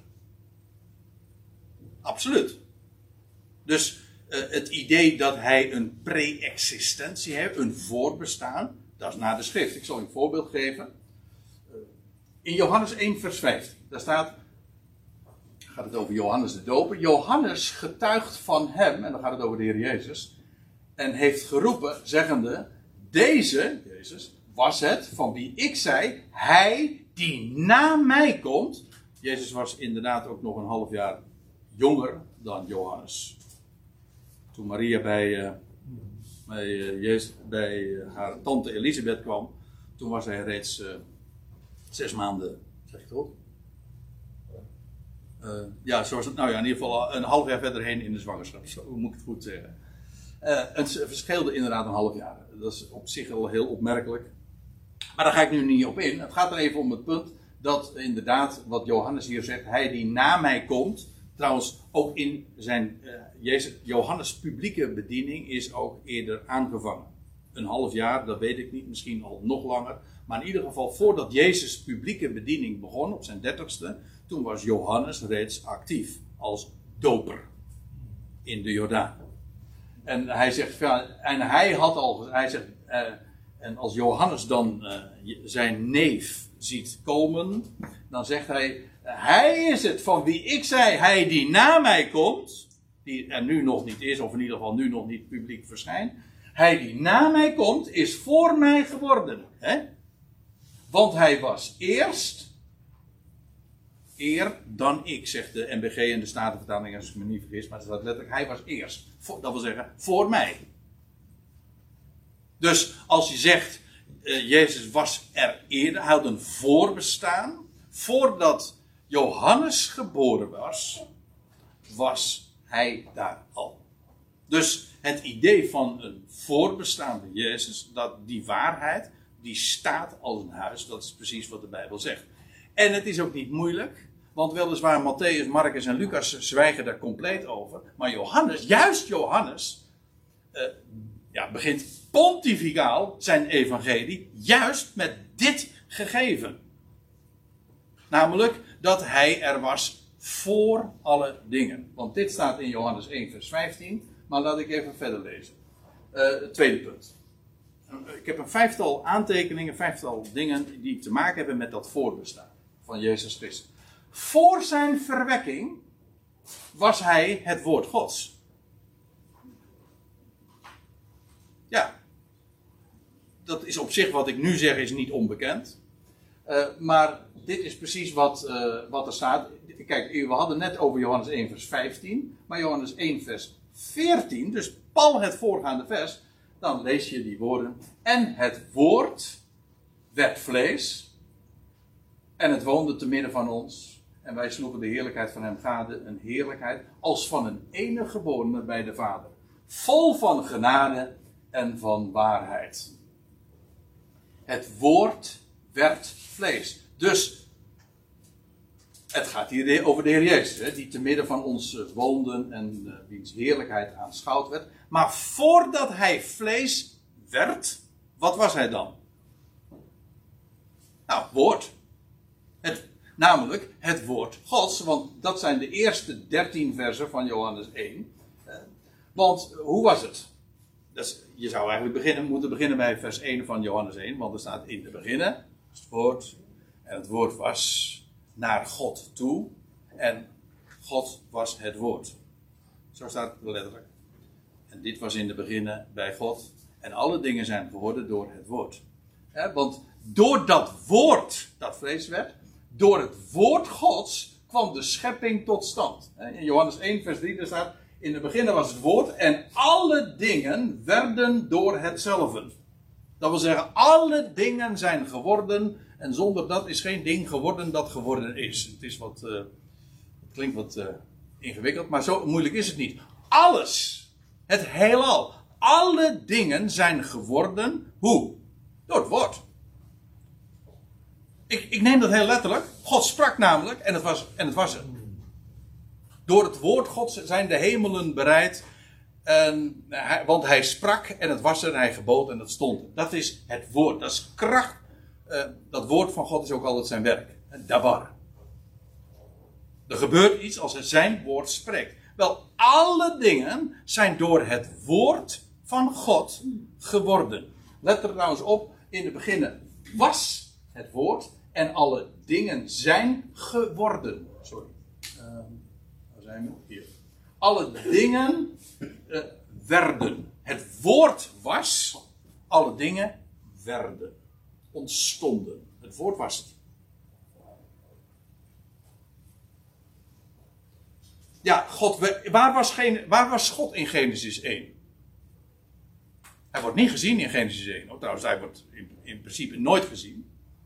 Absoluut. Dus het idee dat hij een pre-existentie heeft, een voorbestaan, dat is naar de schrift. Ik zal u een voorbeeld geven. In Johannes 1 vers 15, daar gaat het over Johannes de Doper. Johannes getuigt van hem, en dan gaat het over de Heer Jezus, en heeft geroepen, zeggende, deze, Jezus, was het van wie ik zei, hij die na mij komt. Jezus was inderdaad ook nog een half jaar jonger dan Johannes. Toen Maria bij haar tante Elisabeth kwam, toen was hij reeds 6 maanden, zeg ik het goed? In ieder geval een half jaar verder heen in de zwangerschap. Hoe moet ik het goed zeggen? Het verschilde inderdaad een half jaar. Dat is op zich al heel opmerkelijk. Maar daar ga ik nu niet op in. Het gaat er even om het punt dat inderdaad wat Johannes hier zegt, hij die na mij komt, trouwens ook in zijn Johannes' publieke bediening is ook eerder aangevangen. Een half jaar, dat weet ik niet, misschien al nog langer. Maar in ieder geval voordat Jezus' publieke bediening begon op zijn 30ste, toen was Johannes reeds actief als doper in de Jordaan. En hij zegt, en hij had al, hij zegt, en als Johannes dan zijn neef ziet komen, dan zegt hij is het van wie ik zei, hij die na mij komt, die er nu nog niet is, of in ieder geval nu nog niet publiek verschijnt, hij die na mij komt, is voor mij geworden. Hè? Want hij was eerst, eer dan ik, zegt de NBG en de Statenvertaling, als ik me niet vergis, maar het staat letterlijk, hij was eerst. Dat wil zeggen, voor mij. Dus als je zegt, Jezus was er eerder, hij had een voorbestaan, voordat Johannes geboren was hij daar al. Dus het idee van een voorbestaande Jezus, dat die waarheid, die staat als een huis, dat is precies wat de Bijbel zegt. En het is ook niet moeilijk, want weliswaar Mattheüs, Marcus en Lucas zwijgen daar compleet over, maar Johannes, juist Johannes, begint pontificaal zijn evangelie juist met dit gegeven. Namelijk dat hij er was voor alle dingen. Want dit staat in Johannes 1 vers 15. Maar laat ik even verder lezen. Het tweede punt. Ik heb een vijftal aantekeningen, vijftal dingen die te maken hebben met dat voorbestaan van Jezus Christus. Voor zijn verwekking was hij het woord Gods. Ja. Dat is op zich wat ik nu zeg is niet onbekend. Maar dit is precies wat er staat. Kijk, we hadden net over Johannes 1 vers 15. Maar Johannes 1 vers 14, dus pal het voorgaande vers. Dan lees je die woorden. En het woord werd vlees. En het woonde te midden van ons. En wij sloegen de heerlijkheid van hem gade. Een heerlijkheid als van een enige geborene bij de Vader. Vol van genade en van waarheid. Het woord werd vlees. Dus het gaat hier over de Heer Jezus, die te midden van ons woonde en wiens heerlijkheid aanschouwd werd. Maar voordat hij vlees werd, wat was hij dan? Nou, woord. Namelijk het woord Gods, want dat zijn de eerste 13 versen van Johannes 1. Want hoe was het? Je zou eigenlijk moeten beginnen bij vers 1 van Johannes 1, want er staat in de beginnen het woord. En het woord was naar God toe. En God was het woord. Zo staat het letterlijk. En dit was in de beginnen bij God. En alle dingen zijn geworden door het woord. Want door dat woord dat vlees werd, door het woord Gods kwam de schepping tot stand. In Johannes 1 vers 3 daar staat, in het begin was het woord en alle dingen werden door hetzelfde. Dat wil zeggen, alle dingen zijn geworden en zonder dat is geen ding geworden dat geworden is. Het is het klinkt wat ingewikkeld, maar zo moeilijk is het niet. Alles, het heelal, alle dingen zijn geworden, hoe? Door het woord. Ik neem dat heel letterlijk. God sprak namelijk en het was er. Door het woord Gods zijn de hemelen bereid. Want hij sprak en het was er en hij gebood en het stond. Dat is het woord. Dat is kracht. Dat woord van God is ook altijd zijn werk. Dabar. Er gebeurt iets als hij zijn woord spreekt. Wel, alle dingen zijn door het woord van God geworden. Let er trouwens op, in het begin was het woord en alle dingen zijn geworden. Sorry. Waar zijn we? Hier. Alle dingen werden. Het woord was, alle dingen werden. Ontstonden. Het woord was het. Ja, waar was God in Genesis 1? Hij wordt niet gezien in Genesis 1. Trouwens, hij wordt in principe nooit gezien.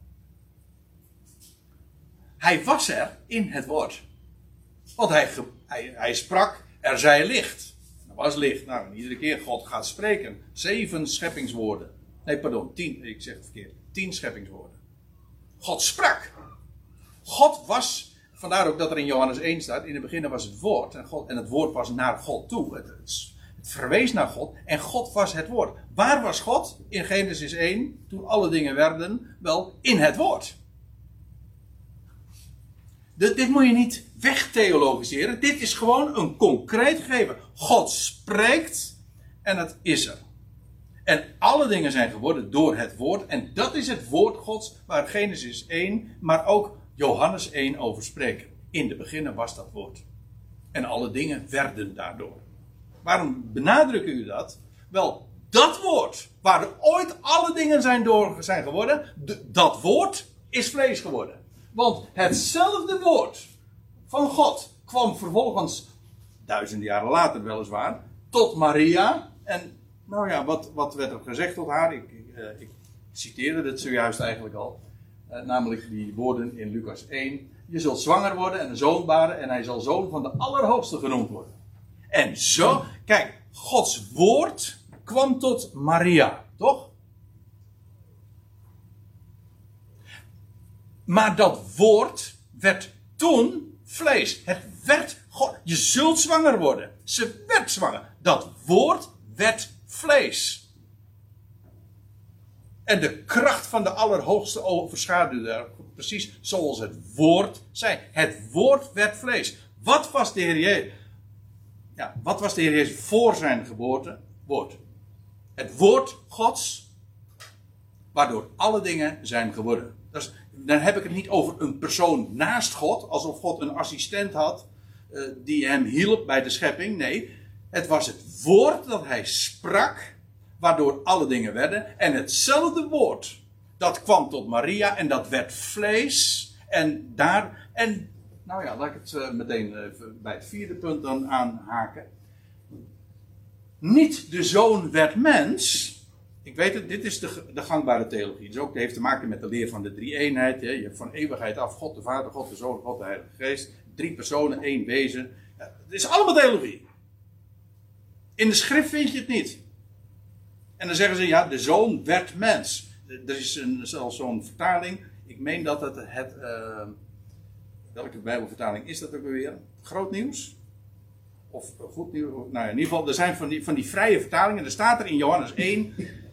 Hij was er in het woord. Want hij sprak, er zij licht. Er was licht. Nou, en iedere keer God gaat spreken. 7 scheppingswoorden. Nee, pardon, 10. Ik zeg het verkeerd. 10 scheppingswoorden. God sprak. God was... Vandaar ook dat er in Johannes 1 staat. In het begin was het woord. En het woord was naar God toe. Het verwees naar God. En God was het woord. Waar was God in Genesis 1? Toen alle dingen werden. Wel, in het woord. Dit moet je niet wegtheologiseren. Dit is gewoon een concreet gegeven. God spreekt en het is er. En alle dingen zijn geworden door het woord. En dat is het woord Gods waar Genesis 1, maar ook Johannes 1 over spreken. In de beginnen was dat woord. En alle dingen werden daardoor. Waarom benadruk ik u dat? Wel, dat woord, waar er ooit alle dingen zijn geworden, dat woord is vlees geworden. Want hetzelfde woord van God kwam vervolgens, duizenden jaren later weliswaar, tot Maria. En nou ja, wat werd er gezegd tot haar? Ik citeerde het zojuist eigenlijk al. Namelijk die woorden in Lucas 1. Je zult zwanger worden en een zoon baren en hij zal zoon van de Allerhoogste genoemd worden. En zo, kijk, Gods woord kwam tot Maria, toch? Maar dat woord werd toen vlees. Het werd, God, je zult zwanger worden. Ze werd zwanger. Dat woord werd vlees. En de kracht van de Allerhoogste overschaduwde daar, precies zoals het woord zei. Het woord werd vlees. Wat was de Heer Jezus? Ja, wat was de Heer Jezus voor zijn geboorte? Woord. Het woord Gods, waardoor alle dingen zijn geworden. Dan heb ik het niet over een persoon naast God, alsof God een assistent had die hem hielp bij de schepping. Nee, het was het woord dat hij sprak, waardoor alle dingen werden. En hetzelfde woord, dat kwam tot Maria en dat werd vlees. En nou ja, laat ik het meteen bij het vierde punt dan aanhaken. Niet de zoon werd mens. Ik weet het, dit is de gangbare theologie. Dus ook heeft te maken met de leer van de drie-eenheid. Je hebt van eeuwigheid af God de Vader, God de Zoon, God de Heilige Geest. 3 personen, 1 wezen. Ja, het is allemaal theologie. In de schrift vind je het niet. En dan zeggen ze, ja, de zoon werd mens. Er is zelfs zo'n vertaling. Ik meen dat het welke Bijbelvertaling is dat ook weer? Groot nieuws? Of goed nieuws? Nou ja, in ieder geval, er zijn van die vrije vertalingen. Er staat er in Johannes 1...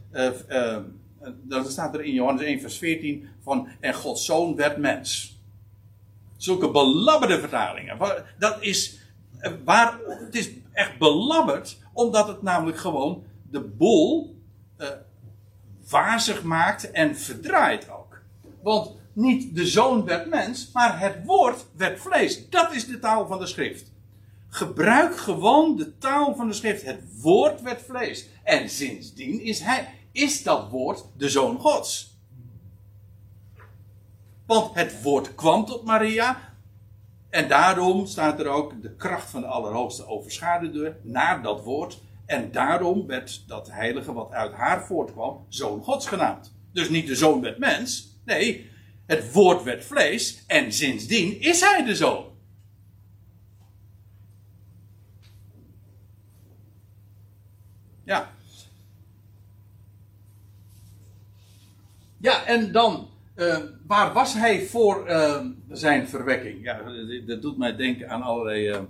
dan staat er in Johannes 1 vers 14 van... En Gods zoon werd mens. Zulke belabberde vertalingen. Dat is... het is echt belabberd, omdat het namelijk gewoon de boel wazig maakt en verdraait ook. Want niet de zoon werd mens, maar het woord werd vlees. Dat is de taal van de schrift. Gebruik gewoon de taal van de schrift. Het woord werd vlees. En sindsdien is dat woord de Zoon Gods. Want het woord kwam tot Maria. En daarom staat er ook de kracht van de Allerhoogste overschaduwde naar dat woord. En daarom werd dat heilige wat uit haar voortkwam Zoon Gods genaamd. Dus niet de Zoon werd mens. Nee, het woord werd vlees. En sindsdien is hij de Zoon. Ja. Ja, en dan, waar was hij voor zijn verwekking? Ja, dat doet mij denken aan allerlei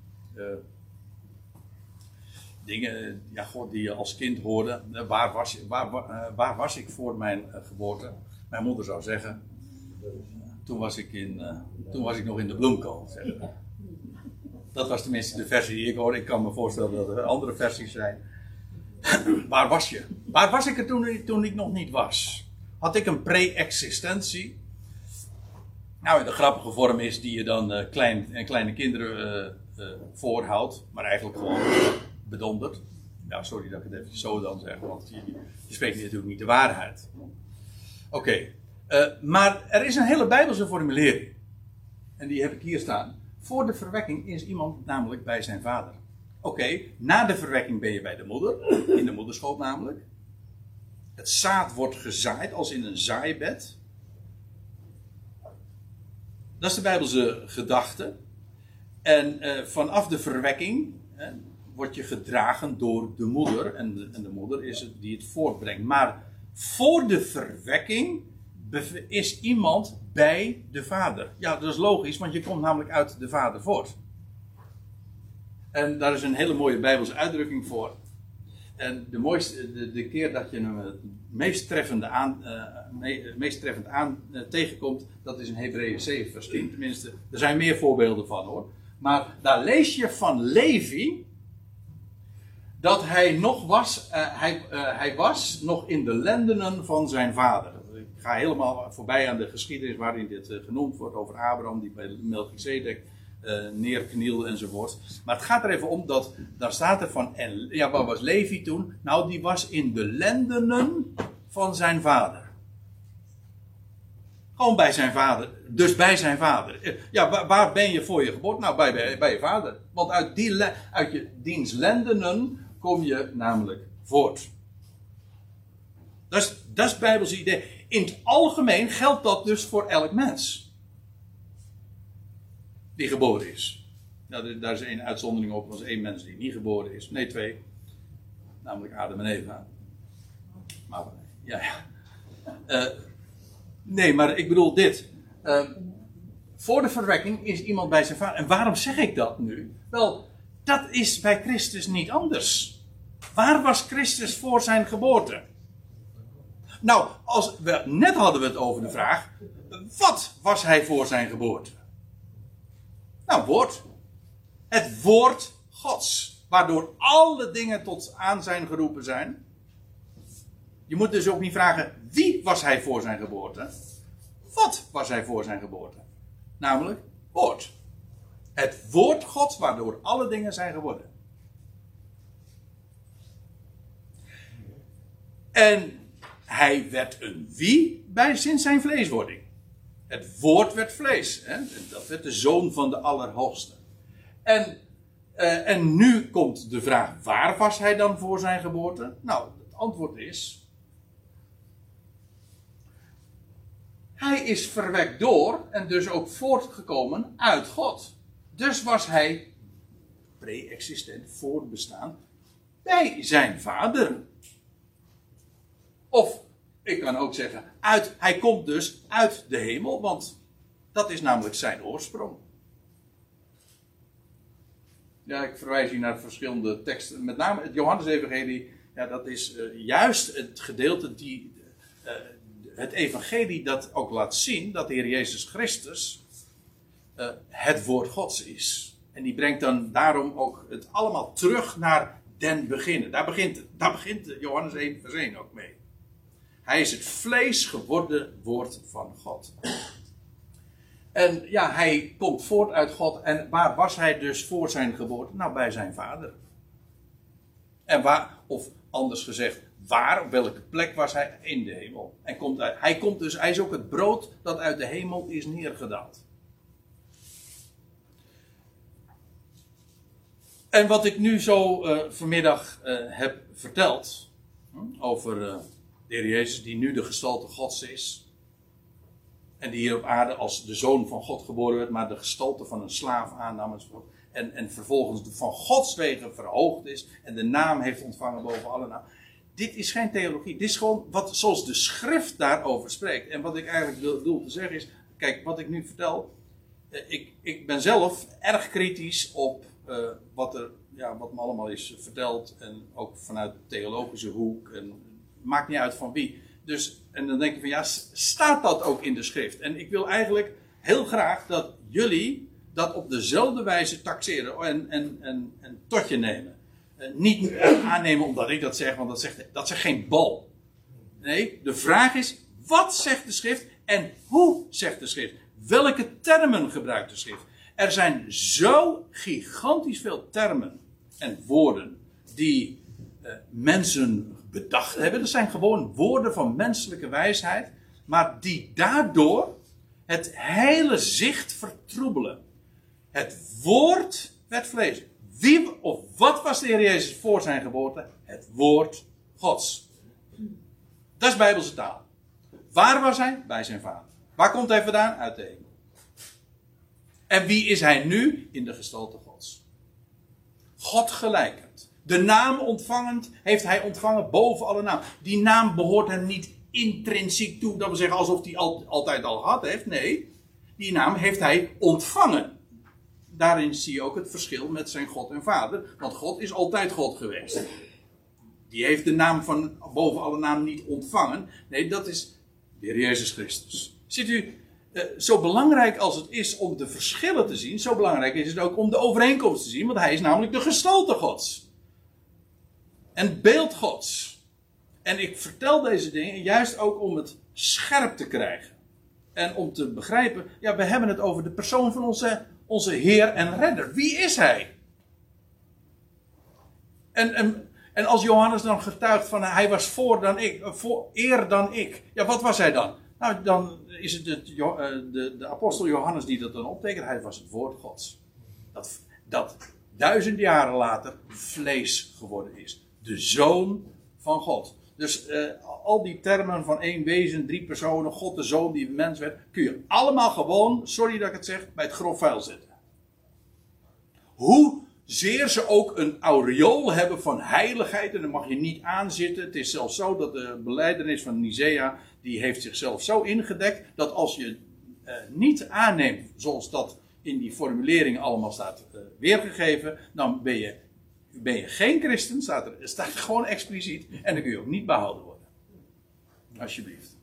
dingen, ja, God, die je als kind hoorde. Waar was ik voor mijn geboorte? Mijn moeder zou zeggen, toen was ik nog in de bloemkool. Dat was tenminste de versie die ik hoorde. Ik kan me voorstellen dat er andere versies zijn. Waar was je? Waar was ik er toen ik nog niet was? Had ik een pre-existentie? Nou, de grappige vorm is die je dan kleine kinderen voorhoudt. Maar eigenlijk gewoon bedonderd. Ja, sorry dat ik het even zo dan zeg. Want je spreekt natuurlijk niet de waarheid. Oké. Maar er is een hele Bijbelse formulering. En die heb ik hier staan. Voor de verwekking is iemand namelijk bij zijn vader. Oké, na de verwekking ben je bij de moeder. In de moederschoot namelijk. Het zaad wordt gezaaid als in een zaaibed. Dat is de Bijbelse gedachte. En vanaf de verwekking word je gedragen door de moeder. En de moeder is het die het voortbrengt. Maar voor de verwekking is iemand bij de vader. Ja, dat is logisch, want je komt namelijk uit de vader voort. En daar is een hele mooie Bijbelse uitdrukking voor. En de keer dat je hem het meest treffend tegenkomt, dat is in Hebreeën 7 vers 10. Tenminste, er zijn meer voorbeelden van hoor. Maar daar lees je van Levi dat hij nog was, hij was nog in de lendenen van zijn vader. Ik ga helemaal voorbij aan de geschiedenis waarin dit genoemd wordt over Abraham die bij Melchizedek neerknielde enzovoort. Maar het gaat er even om dat, daar staat er van, wat was Levi toen? Nou, die was in de lendenen van zijn vader. Gewoon bij zijn vader. Dus bij zijn vader. Ja, waar ben je voor je geboorte? Nou, bij je vader. Want uit je diens lendenen kom je namelijk voort. Dat is het Bijbelse idee. In het algemeen geldt dat dus voor elk mens. Die geboren is. Nou, daar is één uitzondering op. Er was één mens die niet geboren is. Nee, twee. Namelijk Adam en Eva. Maar, ja. Nee, maar ik bedoel dit. Voor de verwekking is iemand bij zijn vader. En waarom zeg ik dat nu? Wel, dat is bij Christus niet anders. Waar was Christus voor zijn geboorte? Nou, net hadden we het over de vraag. Wat was hij voor zijn geboorte? Nou, woord. Het woord Gods. Waardoor alle dingen tot aan zijn geroepen zijn. Je moet dus ook niet vragen, wie was hij voor zijn geboorte? Wat was hij voor zijn geboorte? Namelijk, woord. Het woord Gods waardoor alle dingen zijn geworden. En hij werd een wie sinds zijn vleeswording. Het woord werd vlees. Hè? Dat werd de zoon van de Allerhoogste. En nu komt de vraag, waar was hij dan voor zijn geboorte? Nou, het antwoord is, hij is verwekt door en dus ook voortgekomen uit God. Dus was hij pre-existent, voorbestaan, bij zijn vader. Of, ik kan ook zeggen, hij komt dus uit de hemel, want dat is namelijk zijn oorsprong. Ja, ik verwijs hier naar verschillende teksten, met name het Johannes-evangelie. Ja, dat is juist het gedeelte het evangelie dat ook laat zien dat de Heer Jezus Christus het woord Gods is. En die brengt dan daarom ook het allemaal terug naar den beginnen. Daar begint Johannes 1 vers 1 ook mee. Hij is het vlees geworden woord van God. En ja, hij komt voort uit God. En waar was hij dus voor zijn geboorte? Nou, bij zijn vader. En of anders gezegd, op welke plek was hij? In de hemel. En hij is ook het brood dat uit de hemel is neergedaald. En wat ik nu zo vanmiddag heb verteld over de Heer Jezus, die nu de gestalte Gods is. En die hier op aarde als de zoon van God geboren werd, maar de gestalte van een slaaf aannam enzovoort. En vervolgens van Gods wegen verhoogd is en de naam heeft ontvangen boven alle naam. Dit is geen theologie. Dit is gewoon zoals de schrift daarover spreekt. En wat ik eigenlijk bedoel te zeggen is, kijk, wat ik nu vertel. Ik ben zelf erg kritisch op wat me allemaal is verteld. En ook vanuit de theologische hoek. En maakt niet uit van wie. Dus, en dan denk ik van ja, staat dat ook in de schrift? En ik wil eigenlijk heel graag dat jullie dat op dezelfde wijze taxeren en tot je nemen. Niet aannemen omdat ik dat zeg, want dat zegt geen bal. Nee, de vraag is, wat zegt de schrift en hoe zegt de schrift? Welke termen gebruikt de schrift? Er zijn zo gigantisch veel termen en woorden die mensen bedacht hebben. Dat zijn gewoon woorden van menselijke wijsheid, maar die daardoor het hele zicht vertroebelen. Het woord werd vlees. Wie of wat was de Heer Jezus voor zijn geboorte? Het woord Gods. Dat is Bijbelse taal. Waar was hij? Bij zijn vader. Waar komt hij vandaan? Uit de hemel. En wie is hij nu? In de gestalte Gods. God gelijkend. De naam ontvangend heeft hij ontvangen boven alle naam. Die naam behoort hem niet intrinsiek toe. Dat wil zeggen alsof hij altijd al gehad heeft. Nee, die naam heeft hij ontvangen. Daarin zie je ook het verschil met zijn God en Vader. Want God is altijd God geweest. die heeft de naam van boven alle namen niet ontvangen. Nee, dat is de Heer Jezus Christus. Ziet u, zo belangrijk als het is om de verschillen te zien, zo belangrijk is het ook om de overeenkomst te zien, want hij is namelijk de gestalte Gods. En beeld Gods. En ik vertel deze dingen juist ook om het scherp te krijgen. En om te begrijpen, ja, we hebben het over de persoon van onze Heer en Redder. Wie is hij? En als Johannes dan getuigt van hij was eer dan ik. Ja, wat was hij dan? Nou, dan is het de apostel Johannes die dat dan optekent. Hij was het woord Gods. Dat 1000 jaren later vlees geworden is. De Zoon van God. Dus al die termen van één wezen, 3 personen, God de Zoon die mens werd, kun je allemaal gewoon, sorry dat ik het zeg, bij het grof vuil zetten. Hoezeer ze ook een aureool hebben van heiligheid, en daar mag je niet aanzitten. Het is zelfs zo dat de belijdenis van Nicea, die heeft zichzelf zo ingedekt, dat als je niet aanneemt, zoals dat in die formulering allemaal staat weergegeven, dan ben je geen christen, staat er gewoon expliciet, en dan kun je ook niet behouden worden. Alsjeblieft.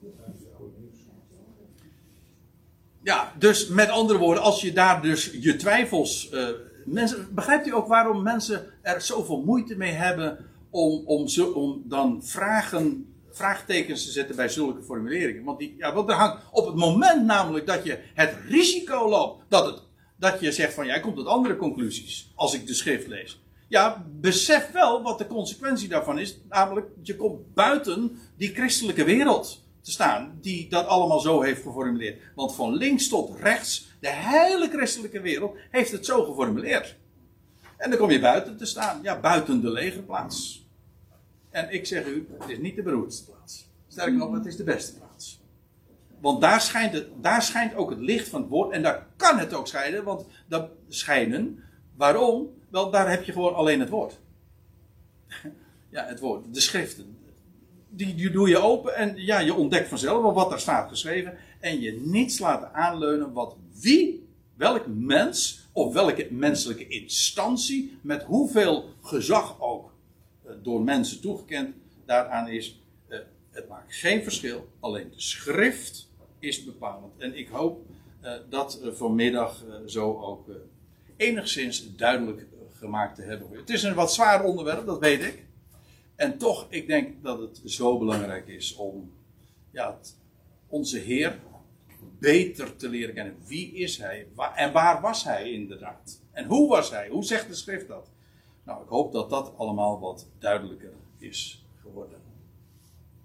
Ja, dus met andere woorden, als je daar dus je twijfels... begrijpt u ook waarom mensen er zoveel moeite mee hebben om dan vraagtekens te zetten bij zulke formuleringen? Want er hangt op het moment namelijk dat je het risico loopt dat je zegt van, jij komt tot andere conclusies als ik de schrift lees. Ja, besef wel wat de consequentie daarvan is. Namelijk, je komt buiten die christelijke wereld te staan. Die dat allemaal zo heeft geformuleerd. Want van links tot rechts, de hele christelijke wereld heeft het zo geformuleerd. En dan kom je buiten te staan. Ja, buiten de legerplaats. En ik zeg u, het is niet de beroerdste plaats. Sterker nog, het is de beste plaats. Want daar schijnt ook het licht van het woord. En daar kan het ook schijnen. Waarom? Wel, daar heb je gewoon alleen het woord. Ja, het woord. De schriften. Die doe je open en ja, je ontdekt vanzelf wel wat daar staat geschreven. En je niets laten aanleunen welk mens of welke menselijke instantie, met hoeveel gezag ook door mensen toegekend, daaraan is. Het maakt geen verschil. Alleen de schrift is bepalend. En ik hoop dat vanmiddag zo ook enigszins duidelijk gemaakt te hebben. Het is een wat zwaar onderwerp, dat weet ik. En toch, ik denk dat het zo belangrijk is om onze Heer beter te leren kennen. Wie is Hij? En waar was Hij inderdaad? En hoe was Hij? Hoe zegt de schrift dat? Nou, ik hoop dat dat allemaal wat duidelijker is geworden.